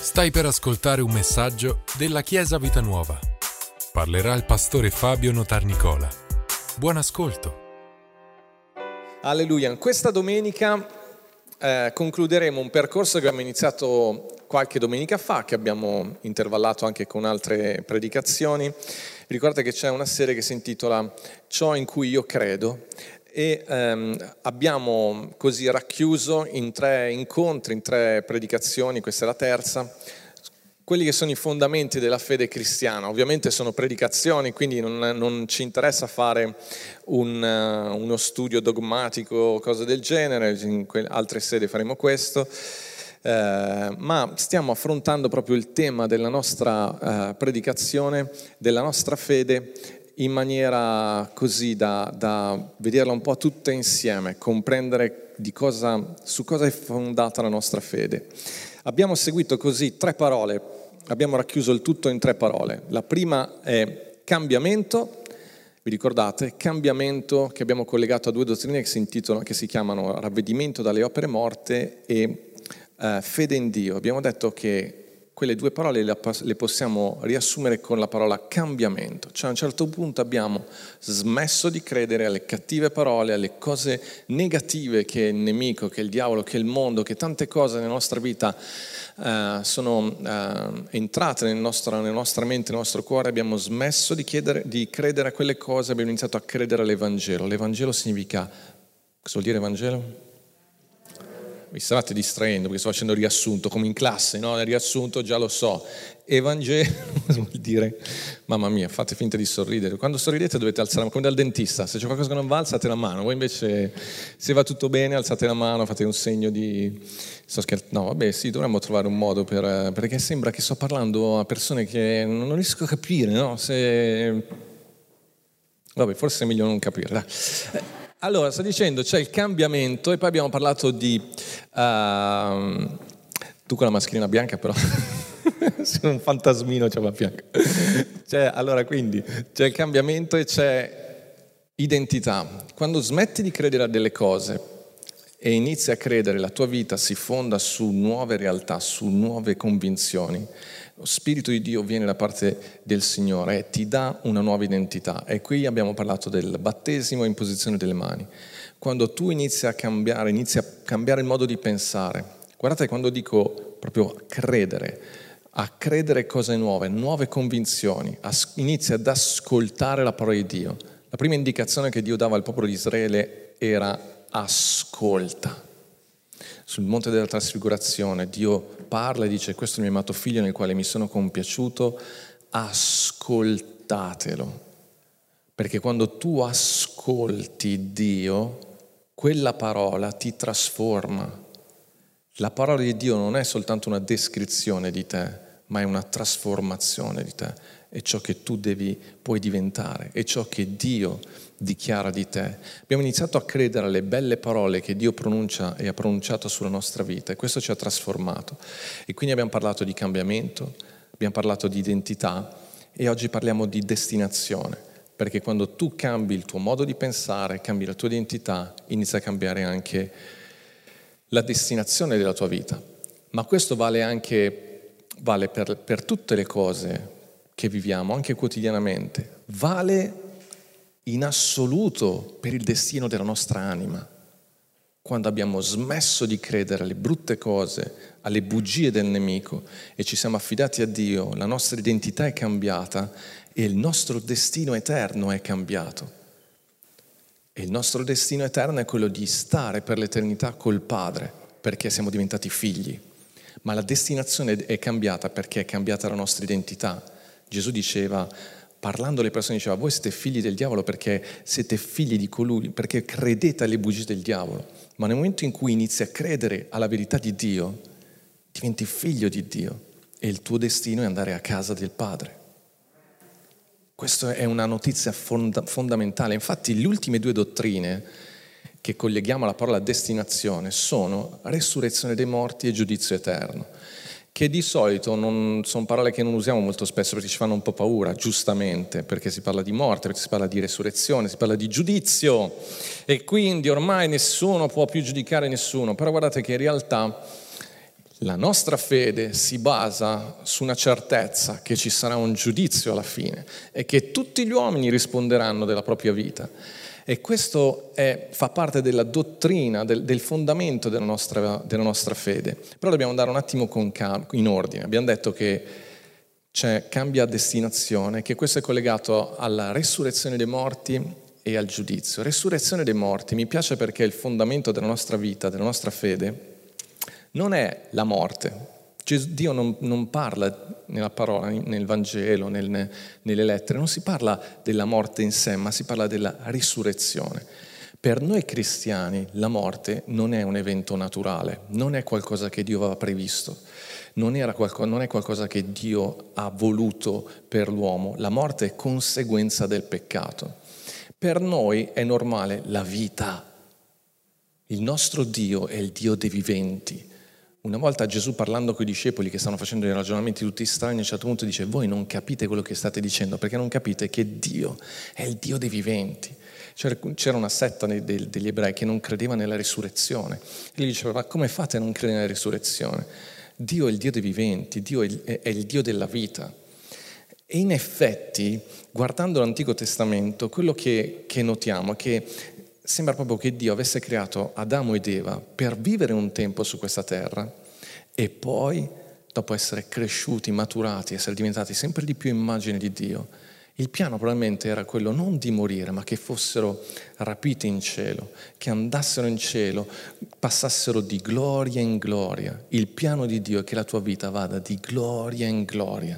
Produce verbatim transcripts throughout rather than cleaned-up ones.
Stai per ascoltare un messaggio della Chiesa Vita Nuova. Parlerà il pastore Fabio Notarnicola. Buon ascolto. Alleluia. Questa domenica eh, concluderemo un percorso che abbiamo iniziato qualche domenica fa, che abbiamo intervallato anche con altre predicazioni. Ricordate che c'è una serie che si intitola Ciò in cui io credo e ehm, abbiamo così racchiuso in tre incontri, in tre predicazioni, questa è la terza, quelli che sono i fondamenti della fede cristiana. Ovviamente sono predicazioni, quindi non, non ci interessa fare un, uh, uno studio dogmatico o cose del genere, in que- altre sedi faremo questo, uh, ma stiamo affrontando proprio il tema della nostra uh, predicazione, della nostra fede, in maniera così da, da vederla un po' tutta insieme, comprendere di cosa, su cosa è fondata la nostra fede. Abbiamo seguito così tre parole, abbiamo racchiuso il tutto in tre parole. La prima è cambiamento, vi ricordate? Cambiamento che abbiamo collegato a due dottrine che si intitolano, che si chiamano ravvedimento dalle opere morte e uh, fede in Dio. Abbiamo detto che quelle due parole le possiamo riassumere con la parola cambiamento. Cioè a un certo punto abbiamo smesso di credere alle cattive parole, alle cose negative che il nemico, che il diavolo, che il mondo, che tante cose nella nostra vita uh, sono uh, entrate nel nostro, nella nostra mente, nel nostro cuore. Abbiamo smesso di, chiedere, di credere a quelle cose, abbiamo iniziato a credere all'Evangelo. L'Evangelo significa, cosa vuol dire Evangelo? Mi stavate distraendo perché sto facendo riassunto, come in classe, no? Il riassunto già lo so. Evangelo vuol dire, mamma mia, fate finta di sorridere. Quando sorridete dovete alzare, come dal dentista, se c'è qualcosa che non va alzate la mano. Voi invece, se va tutto bene, alzate la mano, fate un segno di... Sto scherzando. No, vabbè, sì, dovremmo trovare un modo per... perché sembra che sto parlando a persone che non riesco a capire, no? Se... Vabbè, forse è meglio non capire, dai. Allora, sto dicendo, c'è il cambiamento e poi abbiamo parlato di... Uh, tu con la mascherina bianca però, sei un fantasmino, c'è la bianca. C'è, allora, quindi, c'è il cambiamento e c'è identità. Quando smetti di credere a delle cose e inizi a credere, la tua vita si fonda su nuove realtà, su nuove convinzioni. Lo Spirito di Dio viene da parte del Signore e ti dà una nuova identità. E qui abbiamo parlato del battesimo e imposizione delle mani. Quando tu inizi a cambiare, inizi a cambiare il modo di pensare. Guardate, quando dico proprio credere, a credere cose nuove, nuove convinzioni, inizi ad ascoltare la parola di Dio. La prima indicazione che Dio dava al popolo di Israele era ascolta. Sul monte della trasfigurazione Dio parla e dice: questo è il mio amato figlio nel quale mi sono compiaciuto, ascoltatelo. Perché quando tu ascolti Dio, quella parola ti trasforma. La parola di Dio non è soltanto una descrizione di te, ma è una trasformazione di te. È ciò che tu devi, puoi diventare, è ciò che Dio dichiara di te. Abbiamo iniziato a credere alle belle parole che Dio pronuncia e ha pronunciato sulla nostra vita e questo ci ha trasformato. E quindi abbiamo parlato di cambiamento, abbiamo parlato di identità e oggi parliamo di destinazione, perché quando tu cambi il tuo modo di pensare, cambi la tua identità, inizia a cambiare anche la destinazione della tua vita. Ma questo vale anche vale per, per tutte le cose che viviamo, anche quotidianamente. Vale in assoluto per il destino della nostra anima. Quando abbiamo smesso di credere alle brutte cose, alle bugie del nemico e ci siamo affidati a Dio, la nostra identità è cambiata e il nostro destino eterno è cambiato. E il nostro destino eterno è quello di stare per l'eternità col Padre, perché siamo diventati figli. Ma la destinazione è cambiata perché è cambiata la nostra identità. Gesù diceva, parlando alle persone, diceva: voi siete figli del diavolo perché siete figli di colui, perché credete alle bugie del diavolo. Ma nel momento in cui inizi a credere alla verità di Dio, diventi figlio di Dio e il tuo destino è andare a casa del Padre. Questa è una notizia fonda- fondamentale. Infatti le ultime due dottrine che colleghiamo alla parola destinazione sono resurrezione dei morti e giudizio eterno, che di solito non, sono parole che non usiamo molto spesso perché ci fanno un po' paura, giustamente, perché si parla di morte, perché si parla di resurrezione, si parla di giudizio e quindi ormai nessuno può più giudicare nessuno. Però guardate che in realtà La nostra fede si basa su una certezza che ci sarà un giudizio alla fine e che tutti gli uomini risponderanno della propria vita. E questo è, fa parte della dottrina, del, del fondamento della nostra, della nostra fede. Però dobbiamo andare un attimo con cal- in ordine. Abbiamo detto che c'è cambia destinazione, che questo è collegato alla resurrezione dei morti e al giudizio. Resurrezione dei morti mi piace perché il fondamento della nostra vita, della nostra fede, non è la morte. Dio non, non parla nella parola, nel Vangelo, nel, nelle lettere, non si parla della morte in sé, ma si parla della risurrezione. Per noi cristiani la morte non è un evento naturale, non è qualcosa che Dio aveva previsto, non, era qualcosa, non è qualcosa che Dio ha voluto per l'uomo. La morte è conseguenza del peccato. Per noi è normale la vita. Il nostro Dio è il Dio dei viventi. Una volta Gesù, parlando con i discepoli che stavano facendo dei ragionamenti tutti strani, a un certo punto dice: voi non capite quello che state dicendo, perché non capite che Dio è il Dio dei viventi. C'era una setta degli ebrei che non credeva nella risurrezione. E gli diceva: ma come fate a non credere nella risurrezione? Dio è il Dio dei viventi, Dio è il, è il Dio della vita. E in effetti, guardando l'Antico Testamento, quello che, che notiamo è che sembra proprio che Dio avesse creato Adamo ed Eva per vivere un tempo su questa terra e poi, dopo essere cresciuti, maturati, essere diventati sempre di più immagine di Dio, il piano probabilmente era quello non di morire, ma che fossero rapiti in cielo, che andassero in cielo, passassero di gloria in gloria. Il piano di Dio è che la tua vita vada di gloria in gloria.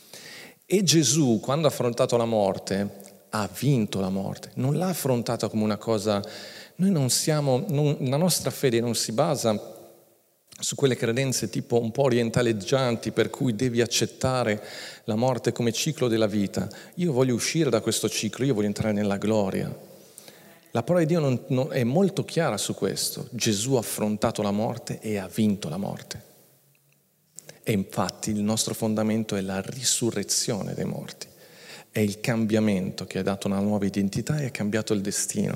E Gesù, quando ha affrontato la morte, ha vinto la morte, non l'ha affrontata come una cosa. Noi non siamo, non, la nostra fede non si basa su quelle credenze tipo un po' orientaleggianti per cui devi accettare la morte come ciclo della vita. Io voglio uscire da questo ciclo, io voglio entrare nella gloria. La parola di Dio non, non, è molto chiara su questo. Gesù ha affrontato la morte e ha vinto la morte. E infatti il nostro fondamento è la risurrezione dei morti. È il cambiamento che ha dato una nuova identità e ha cambiato il destino.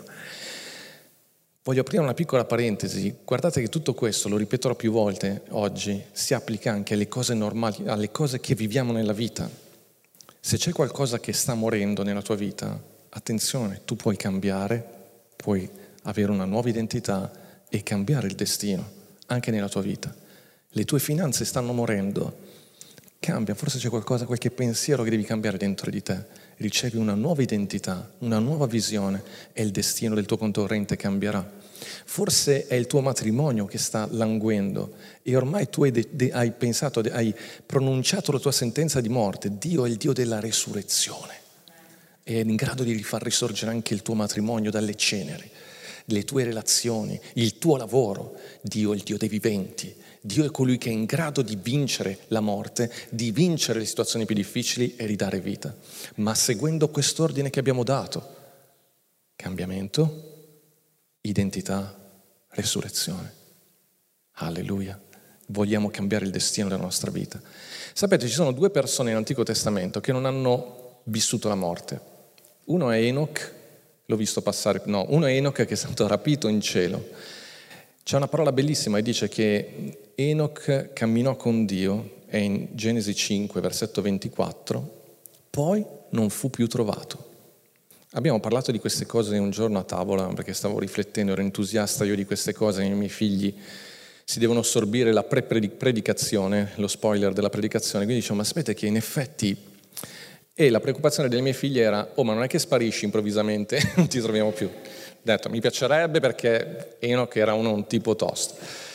Voglio aprire una piccola parentesi. Guardate che tutto questo, lo ripeterò più volte oggi, si applica anche alle cose normali, alle cose che viviamo nella vita. Se c'è qualcosa che sta morendo nella tua vita, attenzione, tu puoi cambiare, puoi avere una nuova identità e cambiare il destino, anche nella tua vita. Le tue finanze stanno morendo. Cambia, forse c'è qualcosa, qualche pensiero che devi cambiare dentro di te. Ricevi una nuova identità, una nuova visione e il destino del tuo concorrente cambierà. Forse è il tuo matrimonio che sta languendo e ormai tu hai, de- de- hai pensato, de- hai pronunciato la tua sentenza di morte. Dio è il Dio della resurrezione. È in grado di rifar risorgere anche il tuo matrimonio dalle ceneri, le tue relazioni, il tuo lavoro. Dio è il Dio dei viventi. Dio è colui che è in grado di vincere la morte, di vincere le situazioni più difficili e ridare vita. Ma seguendo quest'ordine che abbiamo dato: cambiamento, identità, resurrezione. Alleluia. Vogliamo cambiare il destino della nostra vita. Sapete, ci sono due persone nell'Antico Testamento che non hanno vissuto la morte. Uno è Enoch, l'ho visto passare, no, uno è Enoch che è stato rapito in cielo. C'è una parola bellissima e dice che Enoch camminò con Dio, è in Genesi cinque, versetto ventiquattro, poi non fu più trovato. Abbiamo parlato di queste cose un giorno a tavola, perché stavo riflettendo, ero entusiasta io di queste cose, i miei figli si devono assorbire la pre-predicazione, lo spoiler della predicazione, quindi dicevo: ma sapete che in effetti, e la preoccupazione delle mie figlie era: oh, ma non è che sparisci improvvisamente, non ti troviamo più. Ho detto, mi piacerebbe perché Enoch era uno un tipo tosto,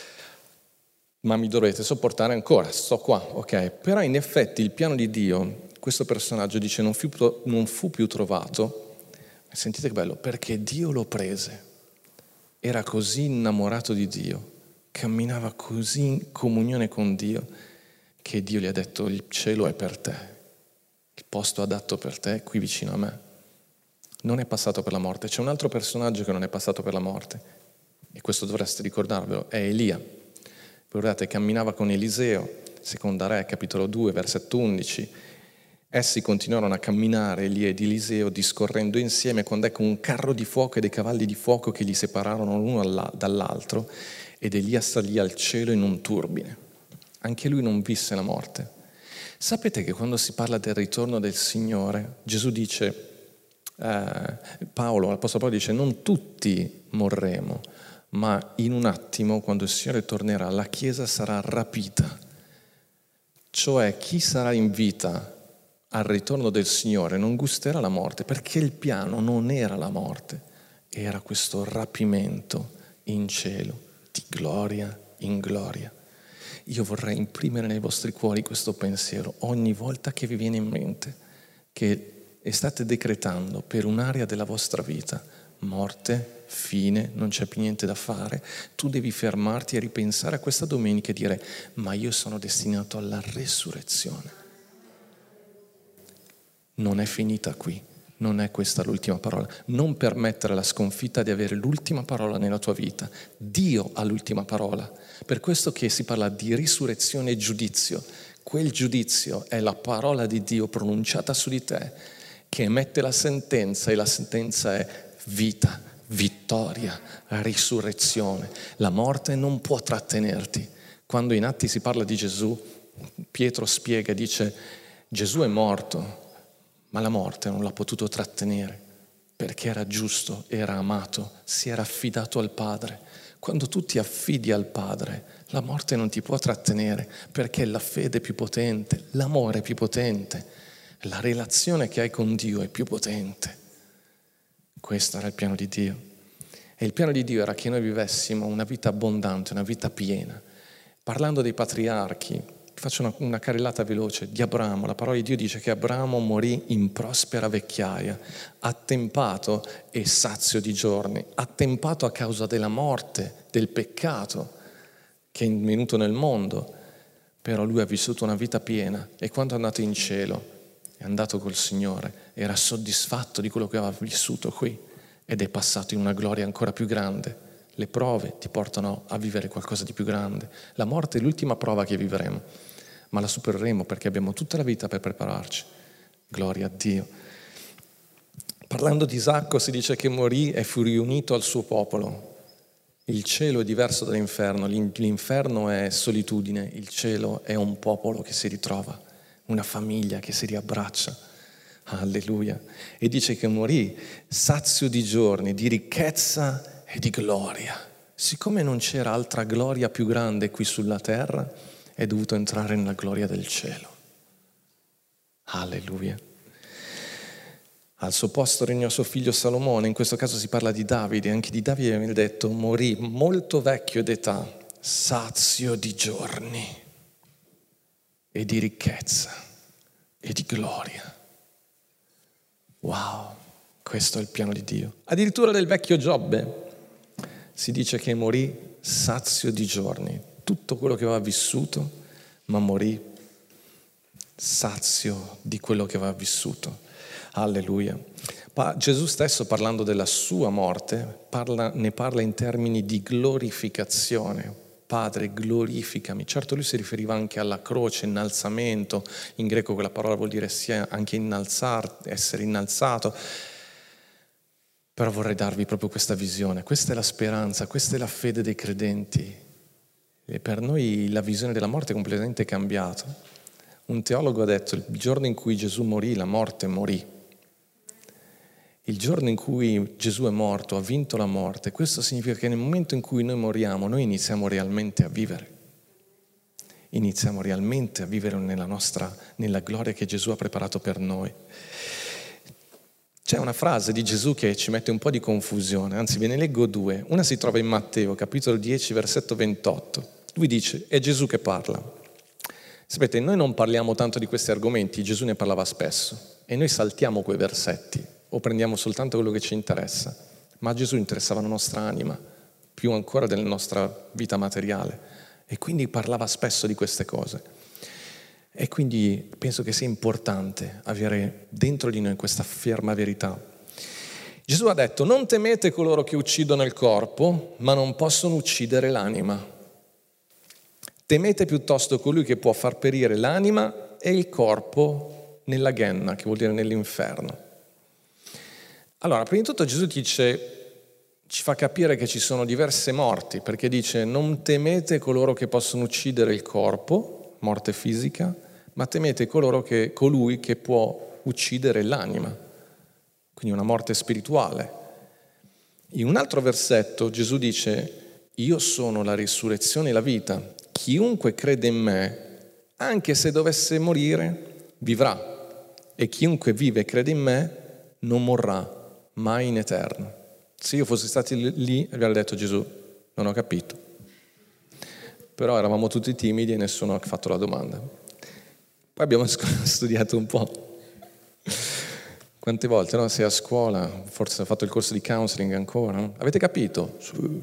ma mi dovete sopportare ancora, sto qua, ok? Però in effetti il piano di Dio, questo personaggio dice non fu, non fu più trovato, sentite che bello, perché Dio lo prese, era così innamorato di Dio, camminava così in comunione con Dio, che Dio gli ha detto: il cielo è per te, il posto adatto per te è qui vicino a me. Non è passato per la morte. C'è un altro personaggio che non è passato per la morte, e questo dovreste ricordarvelo, è Elia. Ricordate, camminava con Eliseo, seconda Re, capitolo due, versetto undici. Essi continuarono a camminare, Elia ed Eliseo, discorrendo insieme, quando ecco un carro di fuoco e dei cavalli di fuoco che li separarono l'uno dall'altro, ed Elia salì al cielo in un turbine. anche lui non visse la morte. Sapete che quando si parla del ritorno del Signore, Gesù dice, eh, Paolo, l'Apostolo Paolo dice, non tutti morremo, ma in un attimo, quando il Signore tornerà, la Chiesa sarà rapita. Cioè, chi sarà in vita al ritorno del Signore non gusterà la morte, perché il piano non era la morte, era questo rapimento in cielo, di gloria in gloria. Io vorrei imprimere nei vostri cuori questo pensiero ogni volta che vi viene in mente che state decretando per un'area della vostra vita morte, fine, non c'è più niente da fare. Tu devi fermarti e ripensare a questa domenica e dire: ma io sono destinato alla resurrezione. Non è finita qui, non è questa l'ultima parola. Non permettere alla sconfitta di avere l'ultima parola nella tua vita. Dio ha l'ultima parola. Per questo che si parla di risurrezione e giudizio. Quel giudizio è la parola di Dio pronunciata su di te, che emette la sentenza, e la sentenza è vita, vittoria, risurrezione. La morte non può trattenerti. Quando in Atti si parla di Gesù, Pietro spiega e dice: Gesù è morto, ma la morte non l'ha potuto trattenere, perché era giusto, era amato, si era affidato al Padre. Quando tu ti affidi al Padre, la morte non ti può trattenere, perché la fede è più potente, l'amore è più potente, la relazione che hai con Dio è più potente. Questo era il piano di Dio. E il piano di Dio era che noi vivessimo una vita abbondante, una vita piena. Parlando dei patriarchi, faccio una, una carrellata veloce di Abramo. La parola di Dio dice che Abramo morì in prospera vecchiaia, attempato e sazio di giorni, attempato a causa della morte, del peccato che è venuto nel mondo, però lui ha vissuto una vita piena e quando è andato in cielo, è andato col Signore, era soddisfatto di quello che aveva vissuto qui ed è passato in una gloria ancora più grande. Le prove ti portano a vivere qualcosa di più grande. La morte è l'ultima prova che vivremo, ma la supereremo perché abbiamo tutta la vita per prepararci. Gloria a Dio. Parlando di Isacco si dice che morì e fu riunito al suo popolo. Il cielo è diverso dall'inferno, l'inferno è solitudine, il cielo è un popolo che si ritrova, una famiglia che si riabbraccia. Alleluia. E dice che morì sazio di giorni, di ricchezza e di gloria. Siccome non c'era altra gloria più grande qui sulla terra, è dovuto entrare nella gloria del cielo. Alleluia. Al suo posto regnò suo figlio Salomone. In questo caso si parla di Davide. Anche di Davide viene detto: morì molto vecchio d'età, sazio di giorni e di ricchezza e di gloria. Wow, questo è il piano di Dio. Addirittura del vecchio Giobbe si dice che morì sazio di giorni, tutto quello che aveva vissuto, ma morì sazio di quello che aveva vissuto. Alleluia. Pa- Gesù stesso, parlando della sua morte, parla, ne parla in termini di glorificazione. Padre, glorificami. Certo, lui si riferiva anche alla croce, innalzamento. In greco quella parola vuol dire sia anche innalzare, essere innalzato. Però vorrei darvi proprio questa visione. Questa è la speranza, questa è la fede dei credenti. E per noi la visione della morte è completamente cambiata. Un teologo ha detto: il giorno in cui Gesù morì, la morte morì. Il giorno in cui Gesù è morto, ha vinto la morte. Questo significa che nel momento in cui noi moriamo, noi iniziamo realmente a vivere. Iniziamo realmente a vivere nella nostra, nella gloria che Gesù ha preparato per noi. C'è una frase di Gesù che ci mette un po' di confusione, anzi ve ne leggo due. Una si trova in Matteo, capitolo dieci, versetto ventotto. Lui dice: è Gesù che parla. Sapete, noi non parliamo tanto di questi argomenti, Gesù ne parlava spesso, e noi saltiamo quei versetti, o prendiamo soltanto quello che ci interessa. Ma a Gesù interessava la nostra anima, più ancora della nostra vita materiale, e quindi parlava spesso di queste cose. E quindi penso che sia importante avere dentro di noi questa ferma verità. Gesù ha detto: non temete coloro che uccidono il corpo, ma non possono uccidere l'anima. Temete piuttosto colui che può far perire l'anima e il corpo nella Ghenna, che vuol dire nell'inferno. Allora, prima di tutto Gesù dice: ci fa capire che ci sono diverse morti, perché dice non temete coloro che possono uccidere il corpo, morte fisica, ma temete coloro che, colui che può uccidere l'anima, quindi una morte spirituale. In un altro versetto Gesù dice io sono la risurrezione e la vita, chiunque crede in me, anche se dovesse morire, vivrà, e chiunque vive e crede in me non morrà mai in eterno. Se io fossi stati lì, avrei detto Gesù, non ho capito. Però eravamo tutti timidi e nessuno ha fatto la domanda. Poi abbiamo studiato un po'. Quante volte, no? Sei a scuola, forse hai fatto il corso di counseling ancora, no? Avete capito?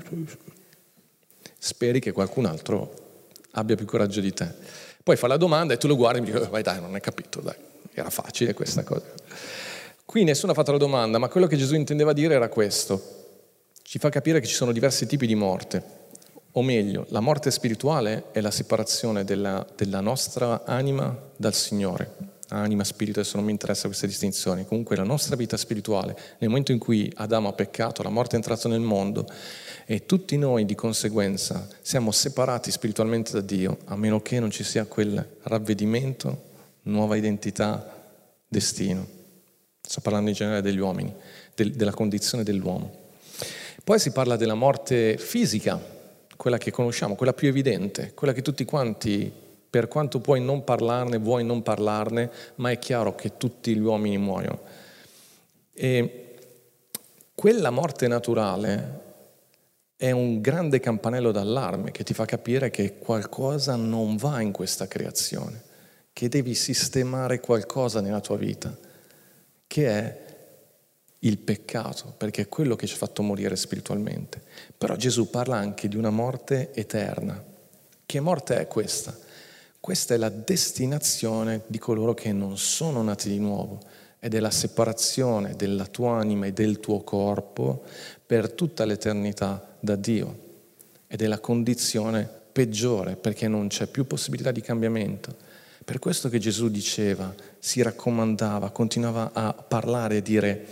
Speri che qualcun altro abbia più coraggio di te. Poi fa la domanda e tu lo guardi e mi dici, vai dai, non hai capito, dai, era facile questa cosa. Qui nessuno ha fatto la domanda, ma quello che Gesù intendeva dire era questo. Ci fa capire che ci sono diversi tipi di morte, o meglio, la morte spirituale è la separazione della, della nostra anima dal Signore. Anima, spirito, adesso non mi interessa queste distinzioni. Comunque la nostra vita spirituale, nel momento in cui Adamo ha peccato, la morte è entrata nel mondo e tutti noi di conseguenza siamo separati spiritualmente da Dio, a meno che non ci sia quel ravvedimento, nuova identità, destino. Sto parlando in generale degli uomini, del, della condizione dell'uomo. Poi si parla della morte fisica, quella che conosciamo, quella più evidente, quella che tutti quanti, per quanto puoi non parlarne, vuoi non parlarne, ma è chiaro che tutti gli uomini muoiono. E quella morte naturale è un grande campanello d'allarme che ti fa capire che qualcosa non va in questa creazione, che devi sistemare qualcosa nella tua vita, che è il peccato, perché è quello che ci ha fatto morire spiritualmente. Però Gesù parla anche di una morte eterna. Che morte è questa? Questa è la destinazione di coloro che non sono nati di nuovo, ed è la separazione della tua anima e del tuo corpo per tutta l'eternità da Dio. Ed è la condizione peggiore, perché non c'è più possibilità di cambiamento. Per questo che Gesù diceva, si raccomandava, continuava a parlare e dire: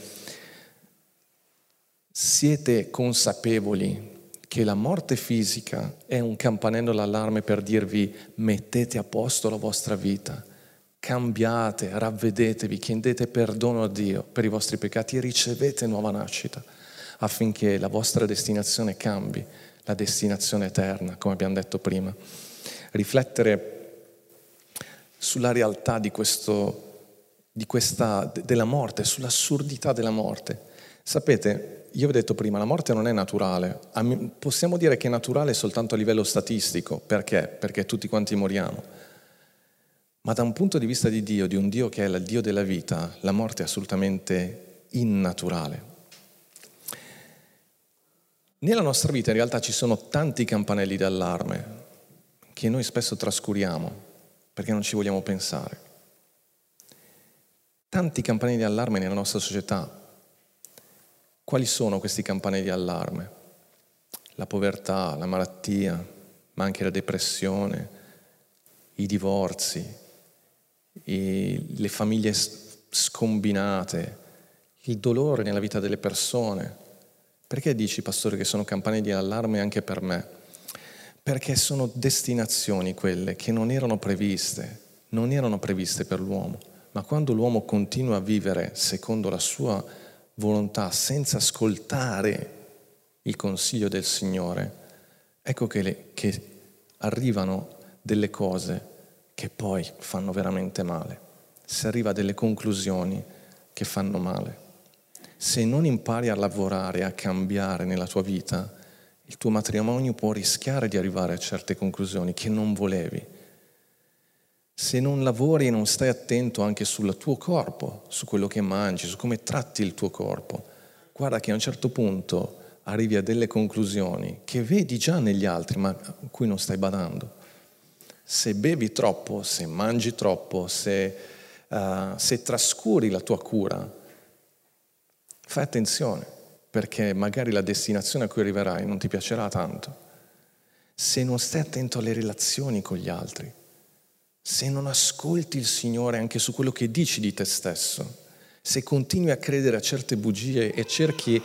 siete consapevoli che la morte fisica è un campanello d'allarme per dirvi mettete a posto la vostra vita, cambiate, ravvedetevi, chiedete perdono a Dio per i vostri peccati e ricevete nuova nascita affinché la vostra destinazione cambi, la destinazione eterna, come abbiamo detto prima. Riflettere sulla realtà di questo, di questa, della morte, sull'assurdità della morte. Sapete, io vi ho detto prima, la morte non è naturale. Possiamo dire che è naturale soltanto a livello statistico. Perché? Perché tutti quanti moriamo. Ma da un punto di vista di Dio, di un Dio che è il Dio della vita, la morte è assolutamente innaturale. Nella nostra vita in realtà ci sono tanti campanelli d'allarme che noi spesso trascuriamo perché non ci vogliamo pensare. Tanti campanelli di allarme nella nostra società. Quali sono questi campanelli di allarme? La povertà, la malattia, ma anche la depressione, i divorzi, i, le famiglie scombinate, il dolore nella vita delle persone. Perché dici, pastore, che sono campanelli di allarme anche per me? Perché sono destinazioni quelle che non erano previste, non erano previste per l'uomo, ma quando l'uomo continua a vivere secondo la sua volontà, senza ascoltare il consiglio del Signore, ecco che, le, che arrivano delle cose che poi fanno veramente male. Si arriva a delle conclusioni che fanno male. Se non impari a lavorare, a cambiare nella tua vita, il tuo matrimonio può rischiare di arrivare a certe conclusioni che non volevi. Se non lavori e non stai attento anche sul tuo corpo, su quello che mangi, su come tratti il tuo corpo, guarda che a un certo punto arrivi a delle conclusioni che vedi già negli altri, ma a cui non stai badando. Se bevi troppo, se mangi troppo, se, uh, se trascuri la tua cura, fai attenzione, perché magari la destinazione a cui arriverai non ti piacerà tanto. Se non stai attento alle relazioni con gli altri, se non ascolti il Signore anche su quello che dici di te stesso, se continui a credere a certe bugie e cerchi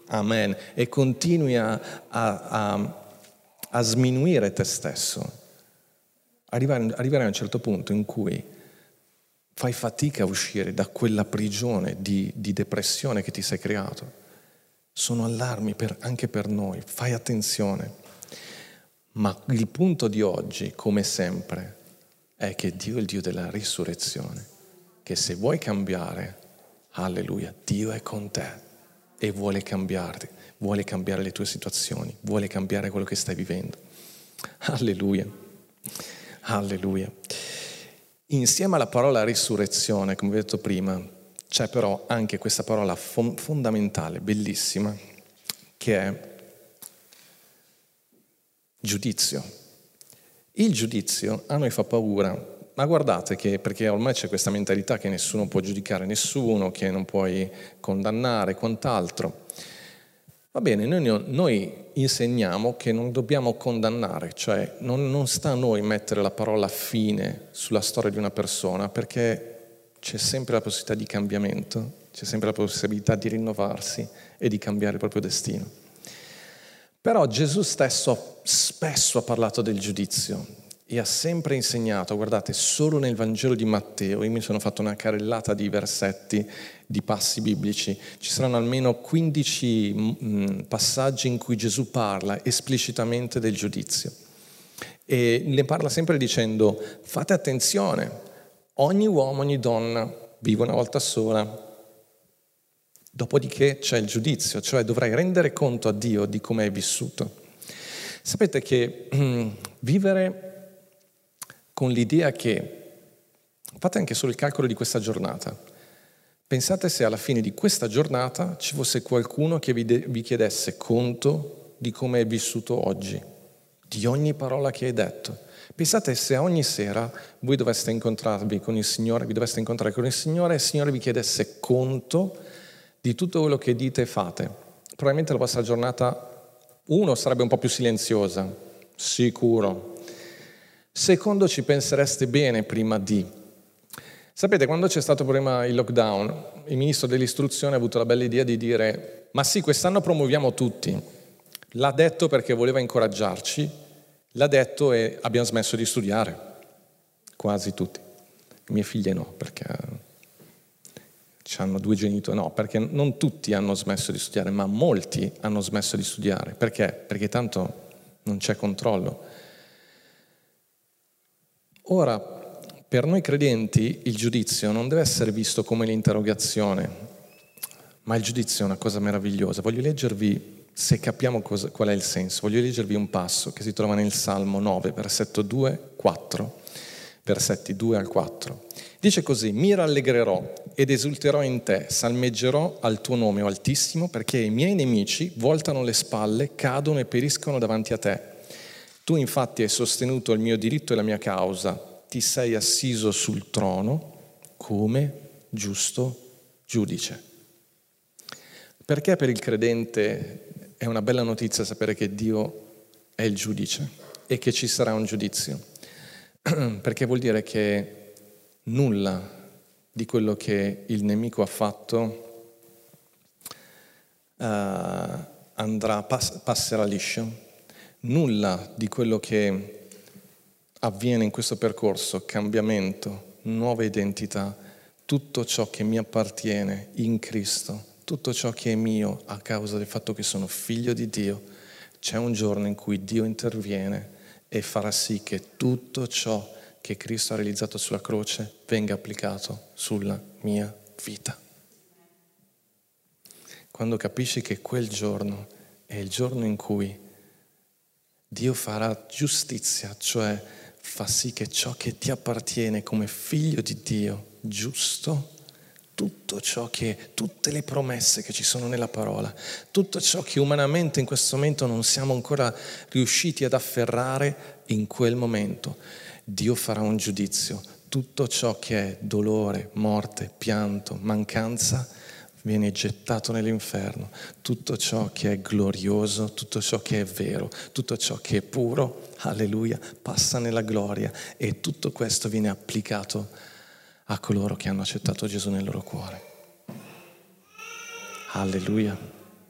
Amen. E continui a, a, a, a sminuire te stesso. Arrivare, arrivare a un certo punto in cui fai fatica a uscire da quella prigione di, di depressione che ti sei creato. Sono allarmi per, anche per noi, fai attenzione. Ma il punto di oggi, come sempre, è che Dio è il Dio della risurrezione, che se vuoi cambiare, alleluia, Dio è con te e vuole cambiarti, vuole cambiare le tue situazioni, vuole cambiare quello che stai vivendo. Alleluia, alleluia. Insieme alla parola risurrezione, come vi ho detto prima, c'è però anche questa parola fondamentale, bellissima, che è giudizio. Il giudizio a noi fa paura, ma guardate che, perché ormai c'è questa mentalità che nessuno può giudicare nessuno, che non puoi condannare, quant'altro. Va bene, noi, noi insegniamo che non dobbiamo condannare, cioè non, non sta a noi mettere la parola fine sulla storia di una persona, perché c'è sempre la possibilità di cambiamento, c'è sempre la possibilità di rinnovarsi e di cambiare il proprio destino. Però Gesù stesso spesso ha parlato del giudizio e ha sempre insegnato, guardate, solo nel Vangelo di Matteo, io mi sono fatto una carrellata di versetti, di passi biblici, ci saranno almeno quindici mh, passaggi in cui Gesù parla esplicitamente del giudizio. E ne parla sempre dicendo, fate attenzione, ogni uomo, ogni donna vive una volta sola, dopodiché c'è il giudizio, cioè dovrai rendere conto a Dio di come hai vissuto. Sapete che mh, vivere con l'idea che, fate anche solo il calcolo di questa giornata, pensate se alla fine di questa giornata ci fosse qualcuno che vi, de- vi chiedesse conto di come hai vissuto oggi, di ogni parola che hai detto. Pensate se ogni sera voi doveste incontrarvi con il Signore, vi doveste incontrare con il Signore e il Signore vi chiedesse conto di tutto quello che dite e fate. Probabilmente la vostra giornata, uno, sarebbe un po' più silenziosa, sicuro. Secondo, ci pensereste bene prima di. Sapete, quando c'è stato prima il lockdown, il ministro dell'istruzione ha avuto la bella idea di dire ma sì, quest'anno promuoviamo tutti. L'ha detto perché voleva incoraggiarci, l'ha detto e abbiamo smesso di studiare, quasi tutti. Mie figlie no, perché hanno due genitori, no, perché non tutti hanno smesso di studiare, ma molti hanno smesso di studiare. Perché? Perché tanto non c'è controllo. Ora, per noi credenti il giudizio non deve essere visto come l'interrogazione, ma il giudizio è una cosa meravigliosa. Voglio leggervi, se capiamo cosa, qual è il senso, voglio leggervi un passo che si trova nel Salmo nove, versetto due, quattro, versetti due al quattro. Dice così, mi rallegrerò ed esulterò in te, salmeggerò al tuo nome, o Altissimo, perché i miei nemici voltano le spalle, cadono e periscono davanti a te. Tu infatti hai sostenuto il mio diritto e la mia causa, ti sei assiso sul trono come giusto giudice. Perché per il credente è una bella notizia sapere che Dio è il giudice e che ci sarà un giudizio? Perché vuol dire che nulla di quello che il nemico ha fatto uh, andrà, pass- passerà liscio. Nulla di quello che avviene in questo percorso, cambiamento, nuova identità, tutto ciò che mi appartiene in Cristo, tutto ciò che è mio a causa del fatto che sono figlio di Dio, c'è un giorno in cui Dio interviene e farà sì che tutto ciò che Cristo ha realizzato sulla croce venga applicato sulla mia vita. Quando capisci che quel giorno è il giorno in cui Dio farà giustizia, cioè fa sì che ciò che ti appartiene come figlio di Dio, giusto, tutto ciò che, tutte le promesse che ci sono nella parola, tutto ciò che umanamente in questo momento non siamo ancora riusciti ad afferrare, in quel momento Dio farà un giudizio. Tutto ciò che è dolore, morte, pianto, mancanza, viene gettato nell'inferno. Tutto ciò che è glorioso, tutto ciò che è vero, tutto ciò che è puro, alleluia, passa nella gloria e tutto questo viene applicato a coloro che hanno accettato Gesù nel loro cuore. Alleluia,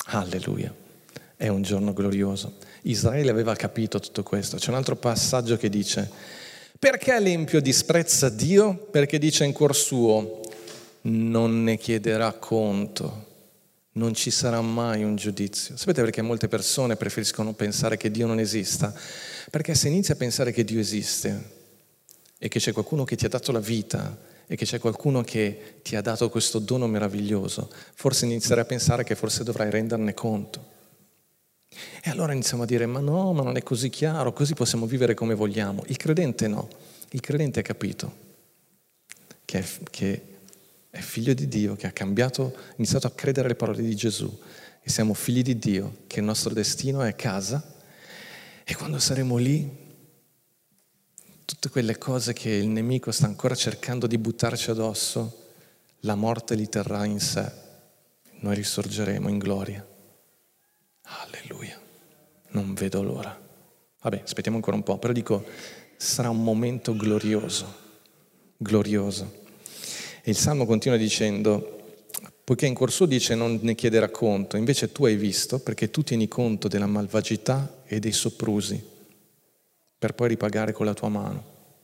Alleluia. È un giorno glorioso. Israele aveva capito tutto questo. C'è un altro passaggio che dice: perché l'empio disprezza Dio? Perché dice in cuor suo: non ne chiederà conto, non ci sarà mai un giudizio. Sapete perché molte persone preferiscono pensare che Dio non esista? Perché se inizi a pensare che Dio esiste e che c'è qualcuno che ti ha dato la vita e che c'è qualcuno che ti ha dato questo dono meraviglioso, forse inizierai a pensare che forse dovrai renderne conto. E allora iniziamo a dire: ma no, ma non è così chiaro, così possiamo vivere come vogliamo. Il credente no, il credente ha capito che è, che è figlio di Dio, che ha cambiato, ha iniziato a credere alle parole di Gesù, che siamo figli di Dio, che il nostro destino è casa, e quando saremo lì, tutte quelle cose che il nemico sta ancora cercando di buttarci addosso, la morte li terrà in sé, noi risorgeremo in gloria. Alleluia, non vedo l'ora. Vabbè, aspettiamo ancora un po', però dico, sarà un momento glorioso, glorioso. E il Salmo continua dicendo: poiché in cuor suo dice non ne chiederà conto, invece tu hai visto, perché tu tieni conto della malvagità e dei soprusi, per poi ripagare con la tua mano.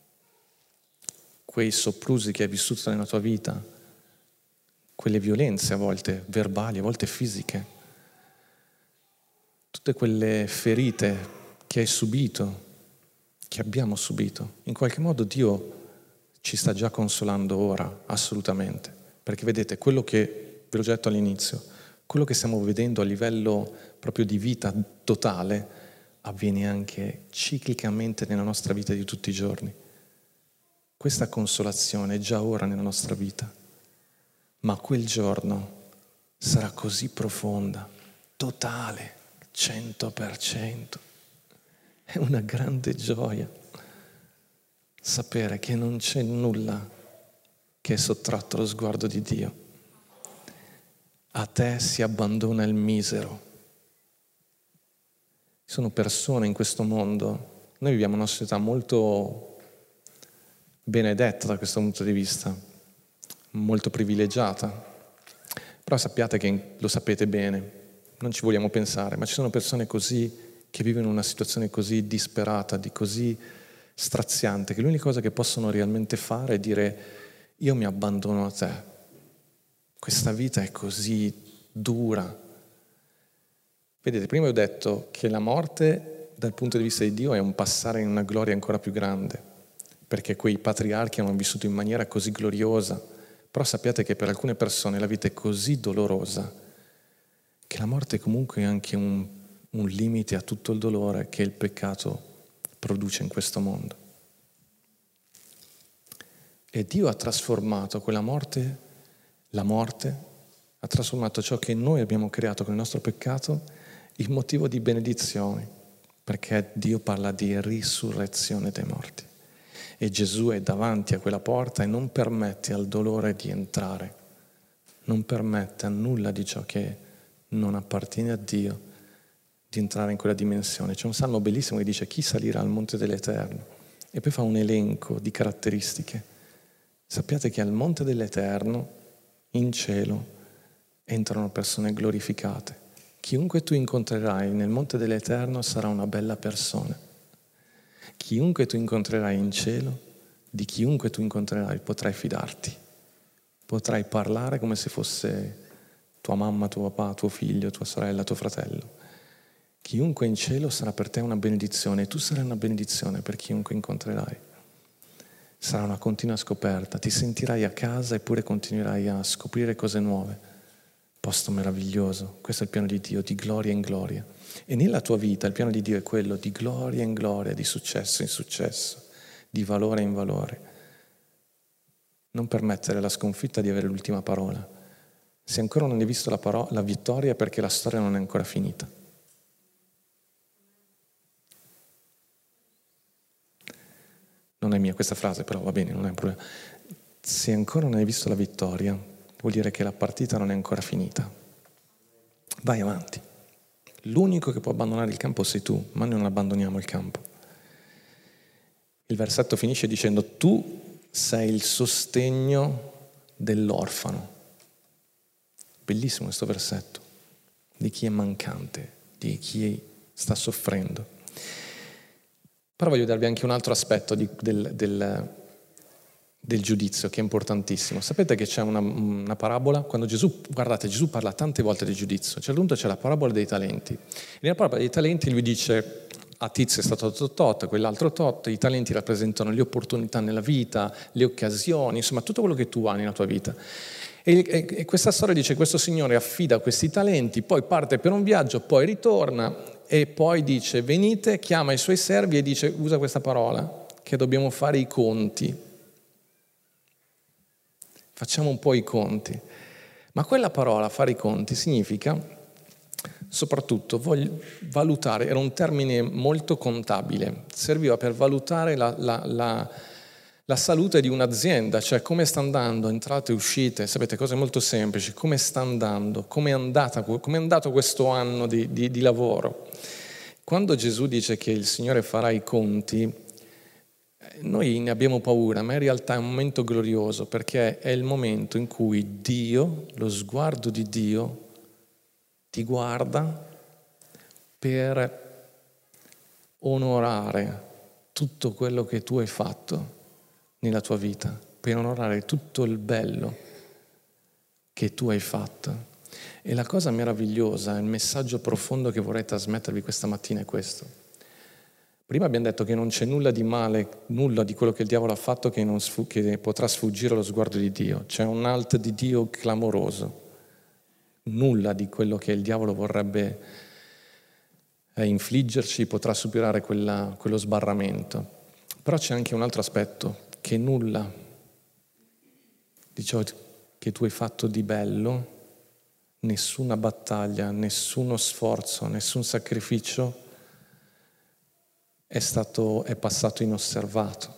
Quei soprusi che hai vissuto nella tua vita, quelle violenze a volte verbali, a volte fisiche, tutte quelle ferite che hai subito, che abbiamo subito, in qualche modo Dio ci sta già consolando ora, assolutamente. Perché vedete, quello che, ve l'ho già detto all'inizio, quello che stiamo vedendo a livello proprio di vita totale avviene anche ciclicamente nella nostra vita di tutti i giorni. Questa consolazione è già ora nella nostra vita, ma quel giorno sarà così profonda, totale, cento per cento. È una grande gioia sapere che non c'è nulla che è sottratto allo sguardo di Dio. A te si abbandona il misero. Ci sono persone in questo mondo, noi viviamo in una società molto benedetta da questo punto di vista, molto privilegiata, però sappiate che, lo sapete bene, non ci vogliamo pensare, ma ci sono persone così che vivono in una situazione così disperata, di così straziante, che l'unica cosa che possono realmente fare è dire: io mi abbandono a te, questa vita è così dura. Vedete, prima ho detto che la morte dal punto di vista di Dio è un passare in una gloria ancora più grande, perché quei patriarchi hanno vissuto in maniera così gloriosa, però sappiate che per alcune persone la vita è così dolorosa che la morte comunque è anche un, un limite a tutto il dolore che il peccato produce in questo mondo. E Dio ha trasformato quella morte, la morte, ha trasformato ciò che noi abbiamo creato con il nostro peccato in motivo di benedizione, perché Dio parla di risurrezione dei morti. E Gesù è davanti a quella porta e non permette al dolore di entrare, non permette a nulla di ciò che non appartiene a Dio di entrare in quella dimensione. C'è un salmo bellissimo che dice: chi salirà al monte dell'Eterno? E poi fa un elenco di caratteristiche. Sappiate che al monte dell'Eterno, in cielo, entrano persone glorificate. Chiunque tu incontrerai nel monte dell'Eterno sarà una bella persona. Chiunque tu incontrerai in cielo, di chiunque tu incontrerai potrai fidarti. Potrai parlare come se fosse tua mamma, tuo papà, tuo figlio, tua sorella, tuo fratello. Chiunque in cielo sarà per te una benedizione e tu sarai una benedizione per chiunque incontrerai. Sarà una continua scoperta, ti sentirai a casa eppure continuerai a scoprire cose nuove. Posto meraviglioso, questo è il piano di Dio, di gloria in gloria. E nella tua vita il piano di Dio è quello di gloria in gloria, di successo in successo, di valore in valore. Non permettere alla sconfitta di avere l'ultima parola. Se ancora non hai visto la, parola, la vittoria è perché la storia non è ancora finita. Non è mia questa frase, però va bene, non è un problema. Se ancora non hai visto la vittoria, vuol dire che la partita non è ancora finita. Vai avanti. L'unico che può abbandonare il campo sei tu, ma noi non abbandoniamo il campo. Il versetto finisce dicendo: tu sei il sostegno dell'orfano. Bellissimo questo versetto. di chi è mancante, di chi sta soffrendo. Però voglio darvi anche un altro aspetto di, del, del, del giudizio che è importantissimo. Sapete che c'è una, una parabola? Quando Gesù, guardate, Gesù parla tante volte del giudizio. A un certo punto c'è la parabola dei talenti. Nella parabola dei talenti lui dice: a Tizio è stato dato tot, a quell'altro tot, i talenti rappresentano le opportunità nella vita, le occasioni, insomma tutto quello che tu hai nella tua vita. E, e, e questa storia dice: questo signore affida questi talenti, poi parte per un viaggio, poi ritorna e poi dice: venite, chiama i suoi servi e dice, usa questa parola, che dobbiamo fare i conti. Facciamo un po' i conti. Ma quella parola, fare i conti, significa soprattutto voglio valutare, era un termine molto contabile, serviva per valutare la, la, la, la salute di un'azienda, cioè come sta andando, entrate e uscite, sapete, cose molto semplici, come sta andando, come è andata, come è andato questo anno di, di, di lavoro. Quando Gesù dice che il Signore farà i conti, noi ne abbiamo paura, ma in realtà è un momento glorioso, perché è il momento in cui Dio, lo sguardo di Dio, ti guarda per onorare tutto quello che tu hai fatto nella tua vita, per onorare tutto il bello che tu hai fatto. E la cosa meravigliosa, il messaggio profondo che vorrei trasmettervi questa mattina è questo. Prima abbiamo detto che non c'è nulla di male, nulla di quello che il diavolo ha fatto che, non sfu- che potrà sfuggire allo sguardo di Dio. C'è un alto di Dio clamoroso. Nulla di quello che il diavolo vorrebbe eh, infliggerci potrà superare quella, quello sbarramento. Però c'è anche un altro aspetto, che nulla di ciò che tu hai fatto di bello, nessuna battaglia, nessuno sforzo, nessun sacrificio è stato, è passato inosservato.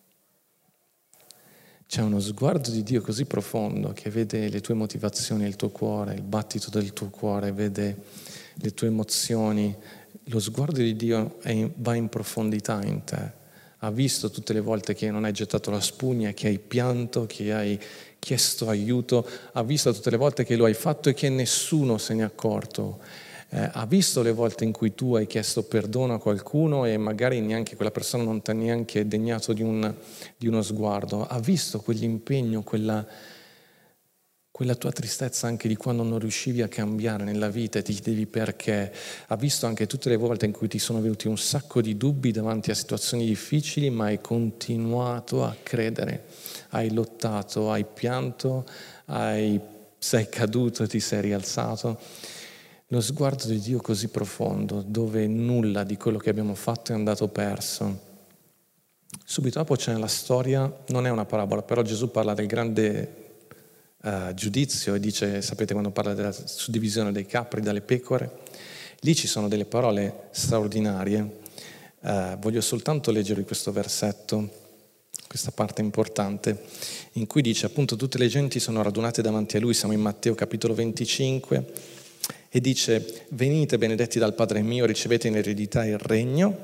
C'è uno sguardo di Dio così profondo che vede le tue motivazioni, il tuo cuore, il battito del tuo cuore, vede le tue emozioni. Lo sguardo di Dio è in, va in profondità in te. Ha visto tutte le volte che non hai gettato la spugna, che hai pianto, che hai chiesto aiuto. Ha visto tutte le volte che lo hai fatto e che nessuno se ne è accorto. Eh, ha visto le volte in cui tu hai chiesto perdono a qualcuno e magari neanche quella persona non ti ha neanche degnato di, un, di uno sguardo. Ha visto quell'impegno, quella, quella tua tristezza anche di quando non riuscivi a cambiare nella vita e ti chiedevi perché. Ha visto anche tutte le volte in cui ti sono venuti un sacco di dubbi davanti a situazioni difficili, ma hai continuato a credere. Hai lottato, hai pianto, hai, sei caduto e ti sei rialzato. Lo sguardo di Dio così profondo, dove nulla di quello che abbiamo fatto è andato perso. Subito dopo c'è la storia, non è una parabola, però Gesù parla del grande uh, giudizio e dice, sapete quando parla della suddivisione dei capri dalle pecore? Lì ci sono delle parole straordinarie. Uh, voglio soltanto leggervi questo versetto, questa parte importante, in cui dice appunto tutte le genti sono radunate davanti a Lui, siamo in Matteo capitolo venticinque, e dice: venite benedetti dal Padre mio, ricevete in eredità il regno.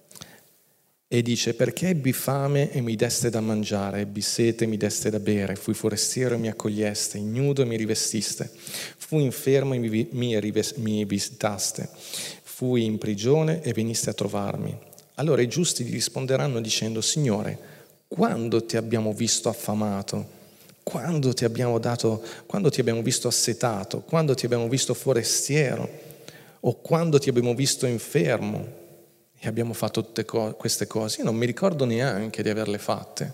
E dice: perché ebbi fame e mi deste da mangiare, ebbi sete e mi deste da bere, fui forestiero e mi accoglieste, ignudo e mi rivestiste, fui infermo e mi, mi, rives- mi visitaste, fui in prigione e veniste a trovarmi. Allora i giusti gli risponderanno dicendo: Signore, quando ti abbiamo visto affamato? Quando ti abbiamo dato, quando ti abbiamo visto assetato, quando ti abbiamo visto forestiero o quando ti abbiamo visto infermo e abbiamo fatto tutte co- queste cose? Io non mi ricordo neanche di averle fatte.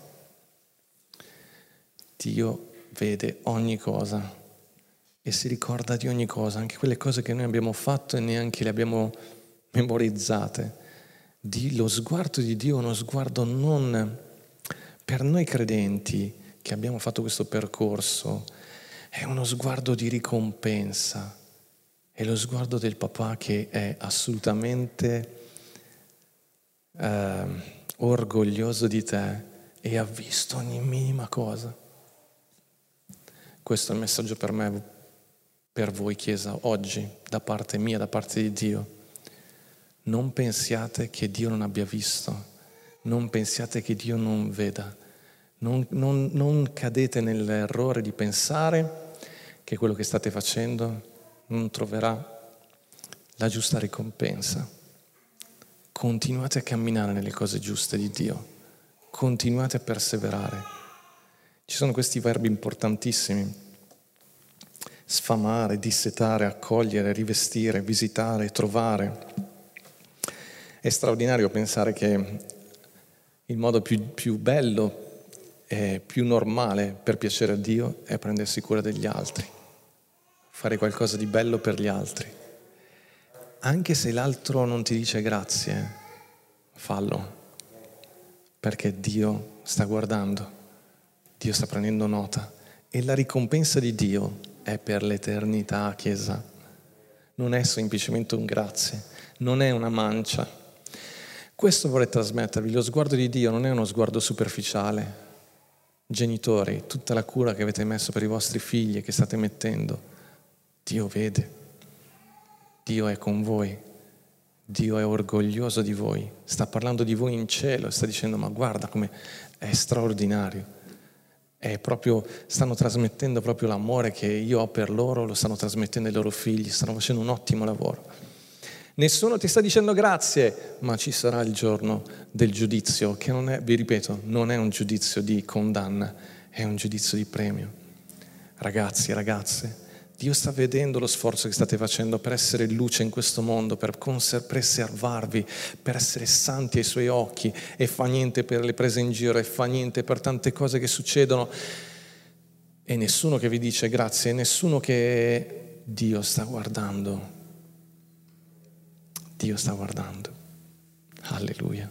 Dio vede ogni cosa e si ricorda di ogni cosa, anche quelle cose che noi abbiamo fatto e neanche le abbiamo memorizzate. Di, lo sguardo di Dio è uno sguardo non per noi credenti che abbiamo fatto questo percorso, è uno sguardo di ricompensa, è lo sguardo del papà che è assolutamente eh, orgoglioso di te e ha visto ogni minima cosa. Questo è il messaggio per me, per voi Chiesa, oggi, da parte mia, da parte di Dio. Non pensiate che Dio non abbia visto, non pensiate che Dio non veda. Non, non, non cadete nell'errore di pensare che quello che state facendo non troverà la giusta ricompensa. Continuate a camminare nelle cose giuste di Dio, continuate a perseverare. Ci sono questi verbi importantissimi: sfamare, dissetare, accogliere, rivestire, visitare, trovare. È straordinario pensare che il modo più, più bello e più normale per piacere a Dio è prendersi cura degli altri, fare qualcosa di bello per gli altri. Anche se l'altro non ti dice grazie, fallo, perché Dio sta guardando, Dio sta prendendo nota e la ricompensa di Dio è per l'eternità, Chiesa. Non è semplicemente un grazie, non è una mancia. Questo vorrei trasmettervi: lo sguardo di Dio non è uno sguardo superficiale. Genitori, tutta la cura che avete messo per i vostri figli e che state mettendo, Dio vede. Dio è con voi, Dio è orgoglioso di voi, sta parlando di voi in cielo, sta dicendo: ma guarda come è straordinario, è proprio, stanno trasmettendo proprio l'amore che io ho per loro, lo stanno trasmettendo ai loro figli, stanno facendo un ottimo lavoro. Nessuno ti sta dicendo grazie, ma ci sarà il giorno del giudizio, che non è, vi ripeto, non è un giudizio di condanna, è un giudizio di premio. Ragazzi e ragazze, Dio sta vedendo lo sforzo che state facendo per essere luce in questo mondo, per preservarvi, per essere santi ai suoi occhi, e fa niente per le prese in giro, e fa niente per tante cose che succedono, e nessuno che vi dice grazie, e nessuno che... Dio sta guardando, Dio sta guardando, alleluia.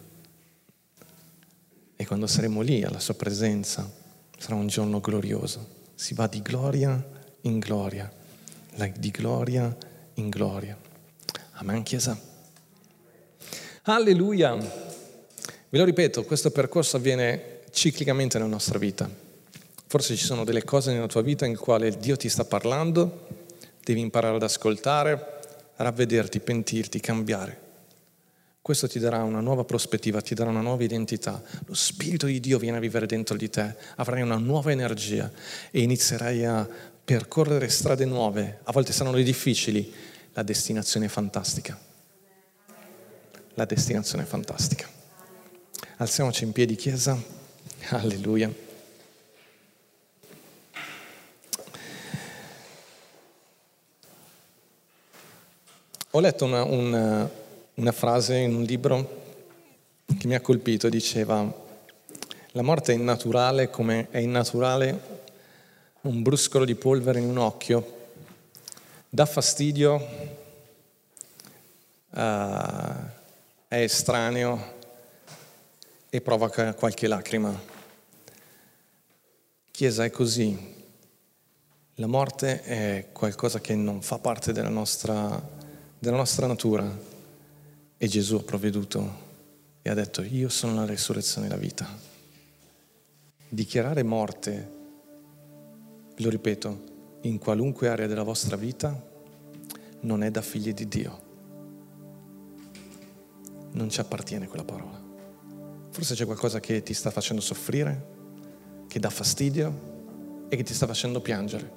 E quando saremo lì alla sua presenza sarà un giorno glorioso, si va di gloria in gloria, di gloria in gloria. Amen, Chiesa. Alleluia. Ve lo ripeto, questo percorso avviene ciclicamente nella nostra vita. Forse ci sono delle cose nella tua vita in cui Dio ti sta parlando, devi imparare ad ascoltare, ravvederti, pentirti, cambiare. Questo ti darà una nuova prospettiva, ti darà una nuova identità. Lo Spirito di Dio viene a vivere dentro di te, avrai una nuova energia e inizierai a percorrere strade nuove. A volte saranno difficili, la destinazione è fantastica. La destinazione è fantastica. Alziamoci in piedi, Chiesa. Alleluia. Ho letto una, una, una frase in un libro che mi ha colpito, diceva: la morte è innaturale come è innaturale un bruscolo di polvere in un occhio, dà fastidio, uh, è estraneo e provoca qualche lacrima. Chiesa, è così. La morte è qualcosa che non fa parte della nostra, della nostra natura, e Gesù ha provveduto e ha detto: io sono la resurrezione e la vita. Dichiarare morte, ve lo ripeto, in qualunque area della vostra vita, non è da figli di Dio. Non ci appartiene quella parola. Forse c'è qualcosa che ti sta facendo soffrire, che dà fastidio e che ti sta facendo piangere.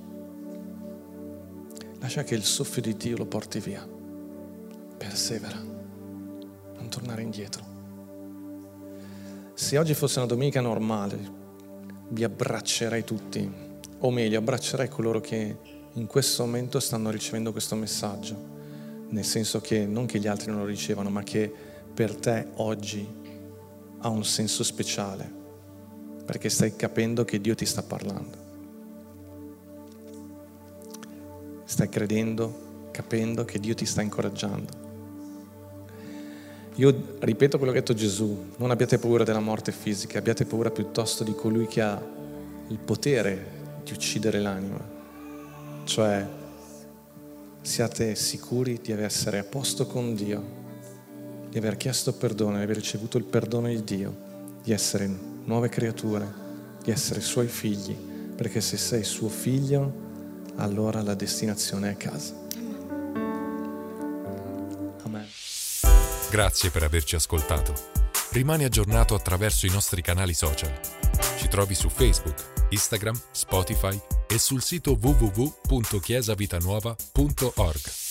Lascia che il soffio di Dio lo porti via. Persevera, non tornare indietro. Se oggi fosse una domenica normale, vi abbraccerei tutti. O meglio, abbraccerai coloro che in questo momento stanno ricevendo questo messaggio, nel senso che non che gli altri non lo ricevano, ma che per te oggi ha un senso speciale, perché stai capendo che Dio ti sta parlando. Stai credendo, capendo che Dio ti sta incoraggiando. Io ripeto quello che ha detto Gesù: non abbiate paura della morte fisica, abbiate paura piuttosto di colui che ha il potere di uccidere l'anima. Cioè, siate sicuri di essere a posto con Dio, di aver chiesto perdono, di aver ricevuto il perdono di Dio, di essere nuove creature, di essere suoi figli, perché se sei suo figlio, allora la destinazione è a casa. Amen. Grazie per averci ascoltato. Rimani aggiornato attraverso i nostri canali social. Ci trovi su Facebook, Instagram, Spotify e sul sito w w w punto chiesa vitanuova punto org.